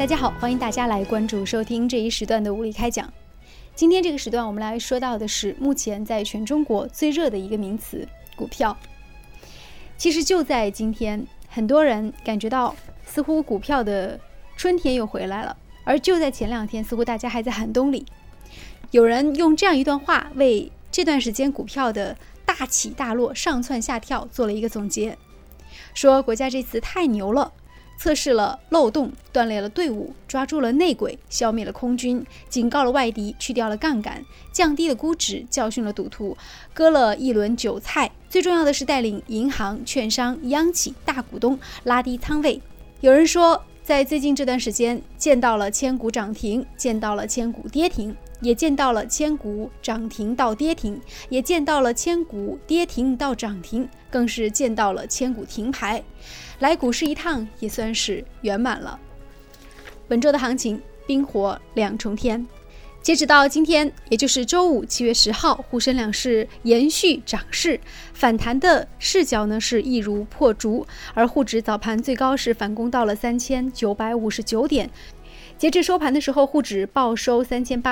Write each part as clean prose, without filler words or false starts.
大家好，欢迎大家来关注收听这一时段的无理开讲。今天这个时段我们来说到的是目前在全中国最热的一个名词——股票。其实就在今天，很多人感觉到似乎股票的春天又回来了，而就在前两天，似乎大家还在寒冬里。有人用这样一段话为这段时间股票的大起大落、上蹿下跳做了一个总结，说国家这次太牛了，测试了漏洞，锻炼了队伍，抓住了内鬼，消灭了空军，警告了外敌，去掉了杠杆，降低了估值，教训了赌徒，割了一轮韭菜。最重要的是带领银行、券商、央企、大股东拉低仓位。有人说，在最近这段时间，见到了千股涨停，见到了千股跌停，也见到了千股涨停到跌停，也见到了千股跌停到涨停，更是见到了千股停牌。来股市一趟也算是圆满了。本周的行情冰火两重天，截止到今天，也就是周五7月10号，沪深两市延续涨势，反弹的视角呢是一如破竹，而沪指早盘最高是反攻到了3959点。截至收盘的时候，沪指报收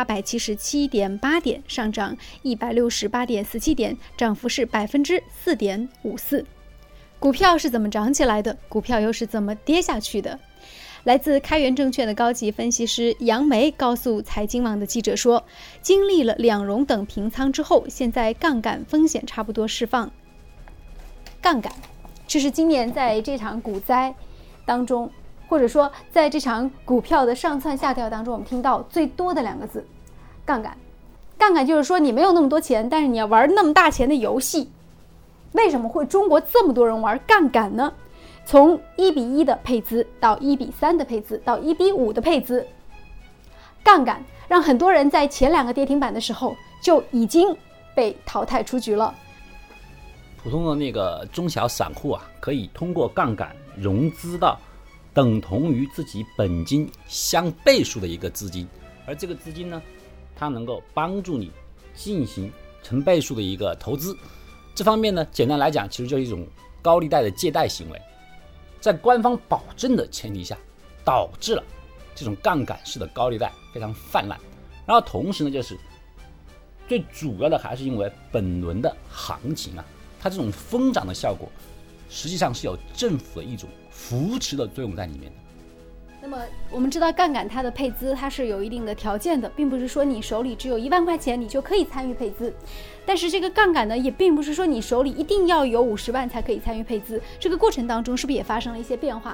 3877.8点，上涨168.47点，涨幅是4.54%。股票是怎么涨起来的？股票又是怎么跌下去的？来自开元证券的高级分析师杨梅告诉财经网的记者说，经历了两融等平仓之后，现在杠杆风险差不多释放。杠杆，这是今年在这场股灾当中，或者说在这场股票的上蹿下跳当中，我们听到最多的两个字：杠杆。杠杆就是说你没有那么多钱，但是你要玩那么大钱的游戏。为什么会中国这么多人玩杠杆呢？从1:1的配资到1:3的配资到1:5的配资，杠杆让很多人在前两个跌停板的时候就已经被淘汰出局了。 普通的那个中小散户啊，可以通过杠杆融资到等同于自己本金相倍数的一个资金，而这个资金呢，它能够帮助你进行成倍数的一个投资。这方面呢，简单来讲，其实就是一种高利贷的借贷行为，在官方保证的前提下，导致了这种杠杆式的高利贷非常泛滥。然后同时呢，就是最主要的还是因为本轮的行情啊，它这种疯涨的效果，实际上是有政府的一种扶持的作用在里面的。 那么我们知道杠杆它的配资它是有一定的条件的，并不是说你手里只有1万块钱你就可以参与配资。但是这个杠杆呢，也并不是说你手里一定要有50万才可以参与配资。这个过程当中是不是也发生了一些变化？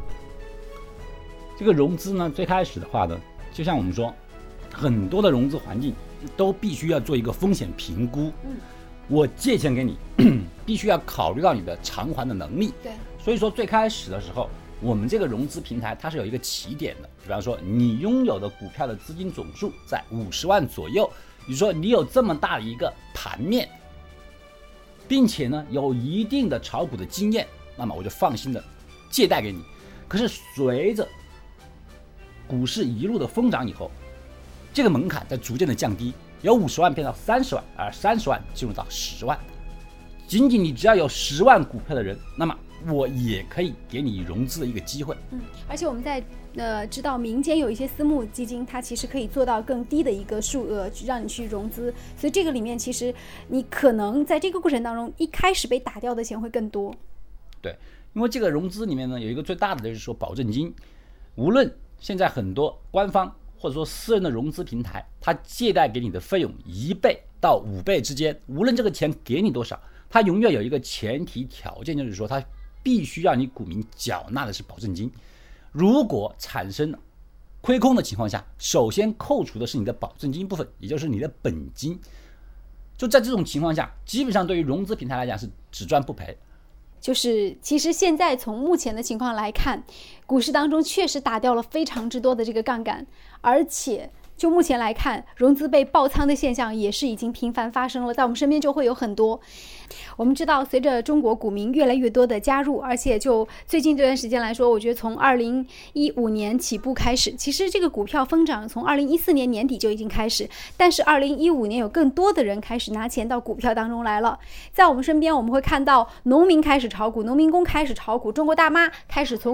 这个融资呢，最开始的话呢，就像我们说，很多的融资环境都必须要做一个风险评估。我借钱给你，必须要考虑到你的偿还的能力。 对， 所以说最开始的时候，我们这个融资平台它是有一个起点的，比方说你拥有的股票的资金总数在50万左右，比如说你有这么大的一个盘面，并且呢有一定的炒股的经验，那么我就放心的借贷给你。可是随着股市一路的疯涨以后，这个门槛在逐渐的降低，由50万变到30万，而30万进入到10万。仅仅你只要有10万股票的人，那么我也可以给你融资的一个机会。 而且我们在知道民间有一些私募基金，它其实可以做到更低的一个数额让你去融资，所以这个里面其实你可能在这个过程当中一开始被打掉的钱会更多。 对，因为这个融资里面呢有一个最大的就是说保证金，无论现在很多官方或者说私人的融资平台，它借贷给你的费用1倍到5倍之间，无论这个钱给你多少，它永远有一个前提条件，就是说它必须要你股民缴纳的是保证金。如果产生亏空的情况下，首先扣除的是你的保证金部分，也就是你的本金。就在这种情况下，基本上对于融资平台来讲是只赚不赔。 就是其实现在从目前的情况来看，股市当中确实打掉了非常之多的这个杠杆，而且就目前来看，融资被爆仓的现象也是已经频繁发生了，在我们身边就会有很多。我们知道，随着中国股民越来越多的加入，而且就最近这段时间来说，我觉得从2015年起步开始，其实这个股票疯涨从2014年年底就已经开始，但是2015年有更多的人开始拿钱到股票当中来了。在我们身边，我们会看到农民开始炒股，农民工开始炒股，中国大妈开始从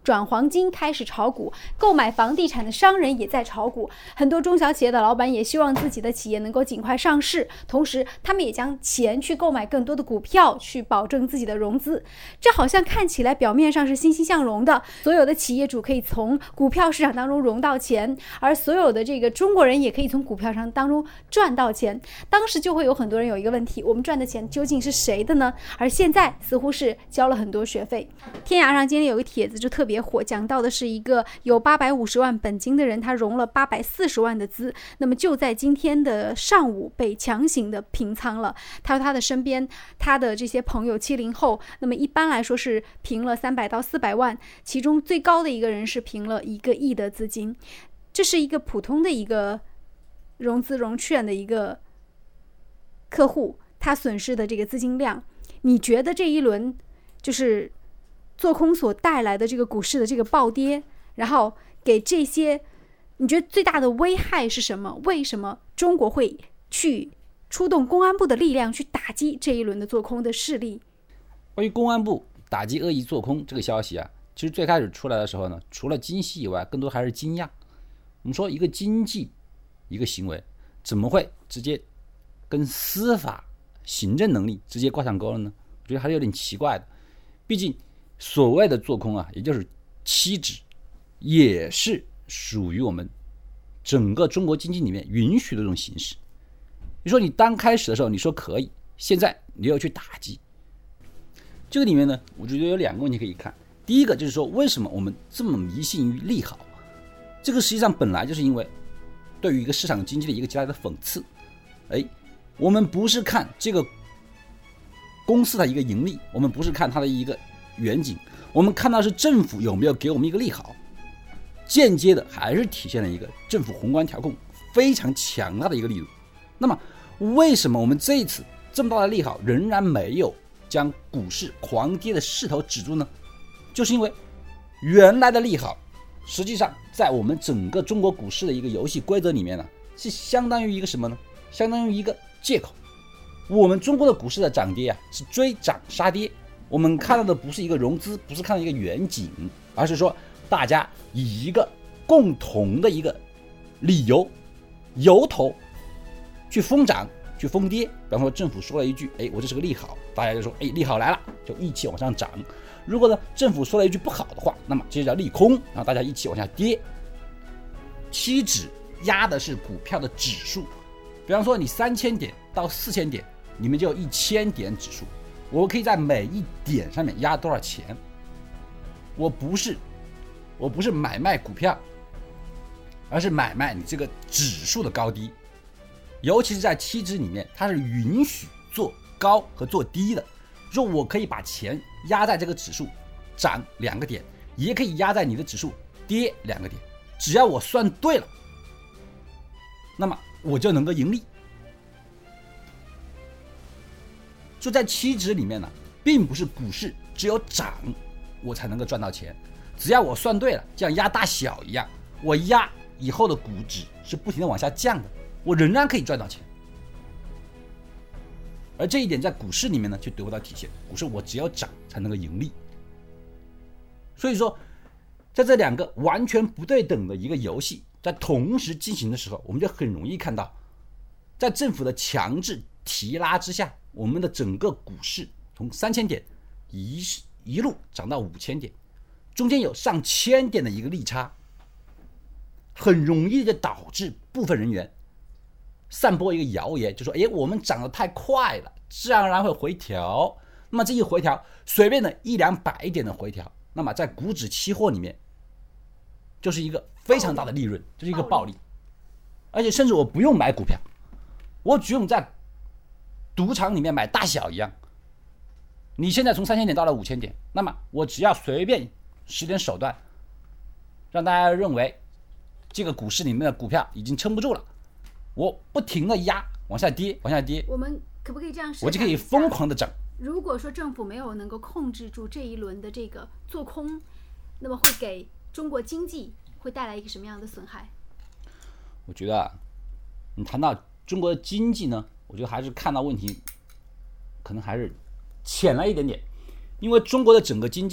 转黄金，开始炒股，购买房地产的商人也在炒股，很多中小企业的老板也希望自己的企业能够尽快上市，同时他们也将钱去购买更多的股票，去保证自己的融资。这好像看起来表面上是欣欣向荣的，所有的企业主可以从股票市场当中融到钱，而所有的这个中国人也可以从股票上当中赚到钱。当时就会有很多人有一个问题，我们赚的钱究竟是谁的呢？而现在似乎是交了很多学费。天涯上今天有个帖子就特别火，讲到的是一个有850万本金的人，他融了840万的资，那么就在今天的上午被强行的平仓了。他说他的身边他的这些朋友70后，那么一般来说是平了300到400万，其中最高的一个人是平了1个亿的资金。这是一个普通的一个融资融券的一个客户，他损失的这个资金量，你觉得这一轮就是做空所带来的这个股市的这个暴跌，然后给这些，你觉得最大的危害是什么？为什么中国会去出动公安部的力量去打击这一轮的做空的势力？ 关于公安部打击恶意做空这个消息啊，其实最开始出来的时候呢，除了惊喜以外，更多还是惊讶。我们说一个经济一个行为怎么会直接跟司法行政能力直接挂上钩了呢？我觉得还是有点奇怪的。毕竟所谓的做空啊，也就是期指，也是属于我们整个中国经济里面允许的这种形式。你说你刚开始的时候你说可以，现在你又去打击，这个里面呢，我觉得有2个问题可以看。第一个就是说，为什么我们这么迷信于利好？这个实际上本来就是因为对于一个市场经济的一个极大的讽刺。我们不是看这个公司的一个盈利，我们不是看它的一个远景，我们看到是政府有没有给我们一个利好，间接的还是体现了一个政府宏观调控非常强大的一个力度。那么为什么我们这一次这么大的利好仍然没有将股市狂跌的势头止住呢？就是因为原来的利好实际上在我们整个中国股市的一个游戏规则里面呢，是相当于一个什么呢？相当于一个借口。我们中国的股市的涨跌啊，是追涨杀跌，我们看到的不是一个融资，不是看到一个远景，而是说大家以一个共同的一个理由由头去疯涨去疯跌。比方说政府说了一句我这是个利好，大家就说利好来了，就一起往上涨。如果呢政府说了一句不好的话，那么这就叫利空，然后大家一起往下跌。期指压的是股票的指数，比方说你3000点到4000点，你们就有1000点指数，我可以在每一点上面压多少钱。我不是买卖股票，而是买卖你这个指数的高低。尤其是在期指里面，它是允许做高和做低的。说我可以把钱压在这个指数涨2个点，也可以压在你的指数跌2个点，只要我算对了，那么我就能够盈利。就在期指里面呢，并不是股市只有涨我才能够赚到钱，只要我算对了，像压大小一样，我压以后的股指是不停的往下降的，我仍然可以赚到钱。而这一点在股市里面呢就得不到体现，股市我只有涨才能够盈利。所以说在这2个完全不对等的一个游戏在同时进行的时候，我们就很容易看到，在政府的强制提拉之下，我们的整个股市从3000点一路涨到5000点，中间有上千点的一个利差，很容易就导致部分人员散播一个谣言，就说我们涨得太快了，自然而然会回调。那么这一回调，随便的100-200点的回调，那么在股指期货里面就是一个非常大的利润，就是一个暴利。而且甚至我不用买股票，我只用在赌场里面买大小一样。你现在从3000点到了5000点，那么我只要随便使点手段，让大家认为这个股市里面的股票已经撑不住了，我不停的压，往下跌，往下跌， 我们可不可以这样我就可以疯狂的涨。 如果说政府没有能够控制住这一轮的这个做空，那么会给中国经济会带来一个什么样的损害？ 我觉得你谈到中国的经济呢，我觉得还是看到问题可能还是浅了一点点。因为中国的整个经济啊，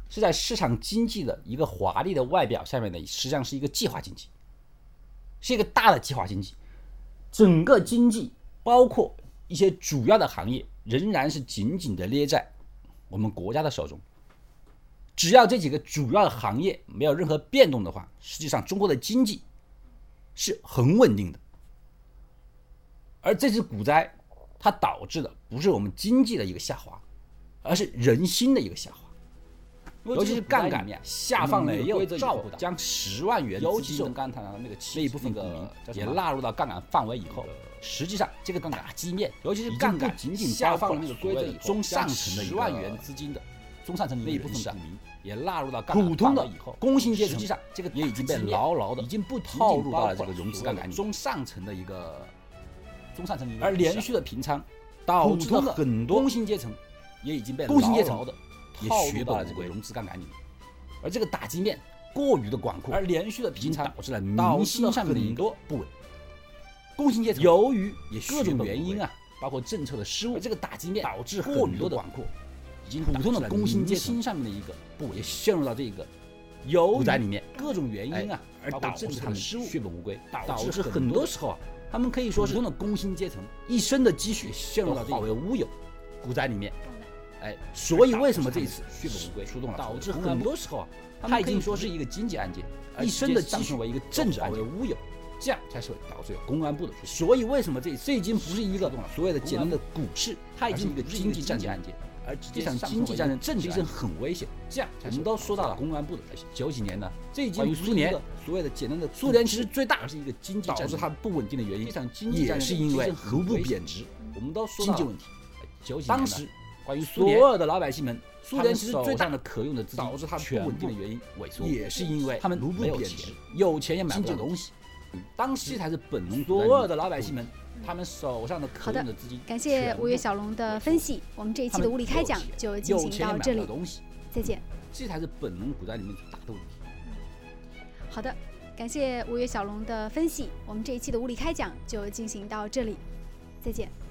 是在市场经济的一个华丽的外表下面的，实际上是一个计划经济，是一个大的计划经济。整个经济包括一些主要的行业仍然是紧紧的捏在我们国家的手中。只要这几个主要的行业没有任何变动的话，实际上中国的经济是很稳定的。而这次股灾它导致的不是我们经济的一个下滑，而是人心的一个下滑。尤其是杠杆下放没有照顾到，将10万元尤其是我们刚才谈到那一部分股民也纳入到杠杆范围以后，实际上这个打击面，尤其是杠杆仅仅下放那个规则以后，中上层的10万元资金的中上层那一部分股民也纳入到杠杆范围以后，工薪阶层实际上这个也已经被牢牢的已经不套入到了这个融资杠杆里，中上层的一个而连续的平仓导致了很多工薪阶层也已经被牢牢的也学到了这个融资杠杆里面，而这个打击面过于的广阔，而连续的平仓导致了民心上面的一个不稳。工薪阶层由于也各种原因啊，包括政策的失误，这个打击面导致过于的广阔，已经普通的工薪阶层上面的一个不稳，也陷入到这个股灾里面，各种原因啊，而导致他们失误血本无归，导致很多时候啊，他们可以说是普通的工薪阶层一生的积蓄陷入到化为乌有，股灾里面。所以为什么这一次血本无归出动了，导致很多时候啊，他已经说是一个经济案件，一生的积蓄为一个政治案件，为乌有，这样才是会导致有公安部的出现。所以为什么这一次，这已经不是一个所谓的简单的股市，它已经是一个经济战争案件，而这场经济战争政治很危险。这样我们都说到了公安部的90几年呢，这已经不是一个所谓的简单的苏联，其实最大是一个经济战争导致它不稳定的原因，这场经济战争也是因为卢布贬值，我们都说到经济问题。当时关于所有的老百姓们，苏联其实最大的可用的资金导致它不稳定的原因萎缩，也是因为他们卢布贬值，有钱也买不到东西。当时才是本能，所有的老百姓们，他们手上的可用的资金。 感谢吴越小龙的分析，我们这一期的无理开讲就进行到这里，再见。 这才是本能股灾里面最大的问题。 好的，感谢吴越小龙的分析，我们这一期的无理开讲就进行到这里，再见。